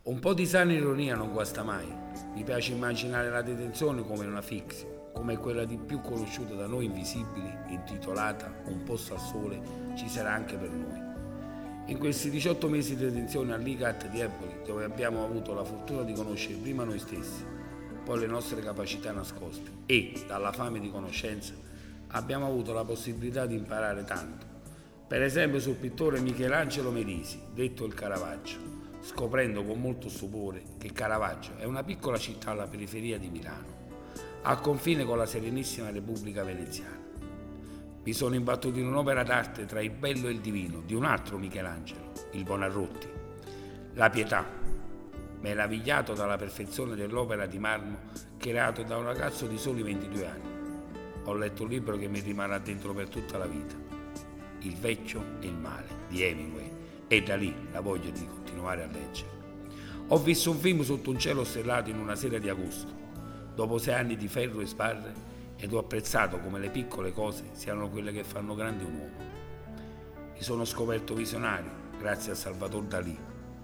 Un po' di sana ironia non guasta mai. Mi piace immaginare la detenzione come una fiction, come quella di più conosciuta da noi invisibili, intitolata Un posto al sole ci sarà anche per noi. In questi 18 mesi di detenzione all'ICAT di Empoli, dove abbiamo avuto la fortuna di conoscere prima noi stessi, poi le nostre capacità nascoste e, dalla fame di conoscenza, abbiamo avuto la possibilità di imparare tanto. Per esempio sul pittore Michelangelo Merisi, detto il Caravaggio, scoprendo con molto stupore che Caravaggio è una piccola città alla periferia di Milano, a confine con la Serenissima Repubblica Veneziana. Mi sono imbattuto in un'opera d'arte tra il bello e il divino di un altro Michelangelo, il Buonarroti. La Pietà, meravigliato dalla perfezione dell'opera di marmo creato da un ragazzo di soli 22 anni. Ho letto un libro che mi rimarrà dentro per tutta la vita, Il vecchio e il male di Hemingway, e da lì la voglia di continuare a leggere. Ho visto un film sotto un cielo stellato in una sera di agosto, dopo 6 anni di ferro e sbarre, ed ho apprezzato come le piccole cose siano quelle che fanno grande un uomo. Mi sono scoperto visionario grazie a Salvador Dalì.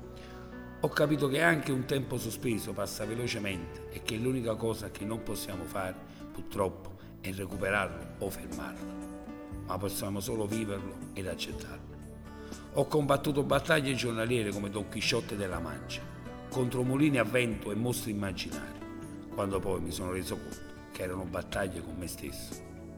Ho capito che anche un tempo sospeso passa velocemente e che l'unica cosa che non possiamo fare, purtroppo, è recuperarlo o fermarlo, ma possiamo solo viverlo ed accettarlo. Ho combattuto battaglie giornaliere come Don Chisciotte della Mancia, contro mulini a vento e mostri immaginari, quando poi mi sono reso conto che erano battaglie con me stesso.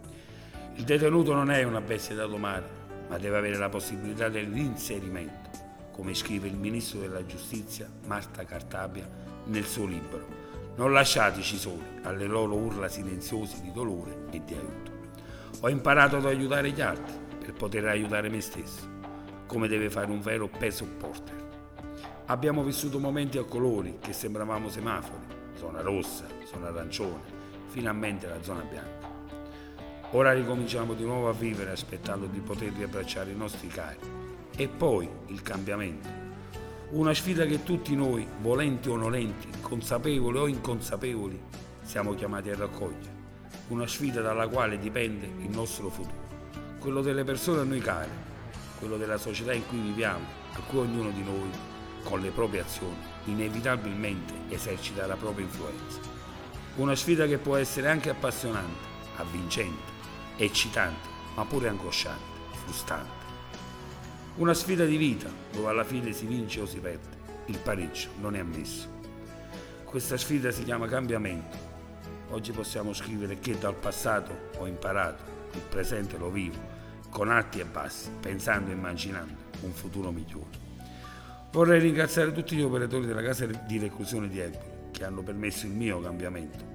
Il detenuto non è una bestia da domare, ma deve avere la possibilità del reinserimento, come scrive il ministro della giustizia Marta Cartabia nel suo libro Non lasciateci soli alle loro urla silenziose di dolore e di aiuto. Ho imparato ad aiutare gli altri per poter aiutare me stesso, come deve fare un vero peso supporter. Abbiamo vissuto momenti a colori che sembravamo semafori, zona rossa, zona arancione, finalmente la zona bianca. Ora ricominciamo di nuovo a vivere aspettando di poter riabbracciare i nostri cari. E poi il cambiamento. Una sfida che tutti noi, volenti o nolenti, consapevoli o inconsapevoli, siamo chiamati a raccogliere. Una sfida dalla quale dipende il nostro futuro, quello delle persone a noi care, quello della società in cui viviamo, a cui ognuno di noi, con le proprie azioni, inevitabilmente esercita la propria influenza. Una sfida che può essere anche appassionante, avvincente, eccitante, ma pure angosciante, frustrante. Una sfida di vita, dove alla fine si vince o si perde, il pareggio non è ammesso. Questa sfida si chiama cambiamento. Oggi possiamo scrivere che dal passato ho imparato, il presente lo vivo, con alti e bassi, pensando e immaginando un futuro migliore. Vorrei ringraziare tutti gli operatori della casa di reclusione di Empoli che hanno permesso il mio cambiamento.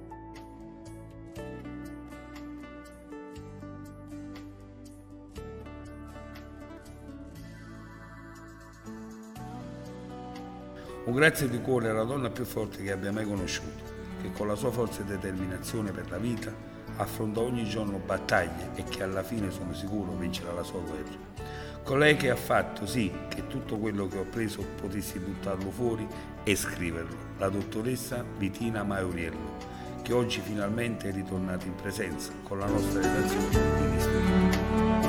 Un grazie di cuore alla donna più forte che abbia mai conosciuto, che con la sua forza e determinazione per la vita affronta ogni giorno battaglie e che alla fine sono sicuro vincerà la sua guerra. Colei che ha fatto sì che tutto quello che ho preso potessi buttarlo fuori e scriverlo, la dottoressa Vitina Maioriello, che oggi finalmente è ritornata in presenza con la nostra redazione di Spirito.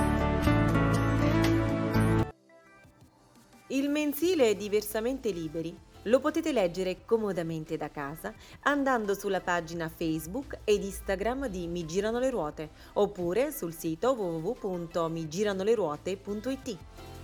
Il mensile Diversamente Liberi lo potete leggere comodamente da casa andando sulla pagina Facebook ed Instagram di Mi Girano le Ruote oppure sul sito www.migiranoleruote.it.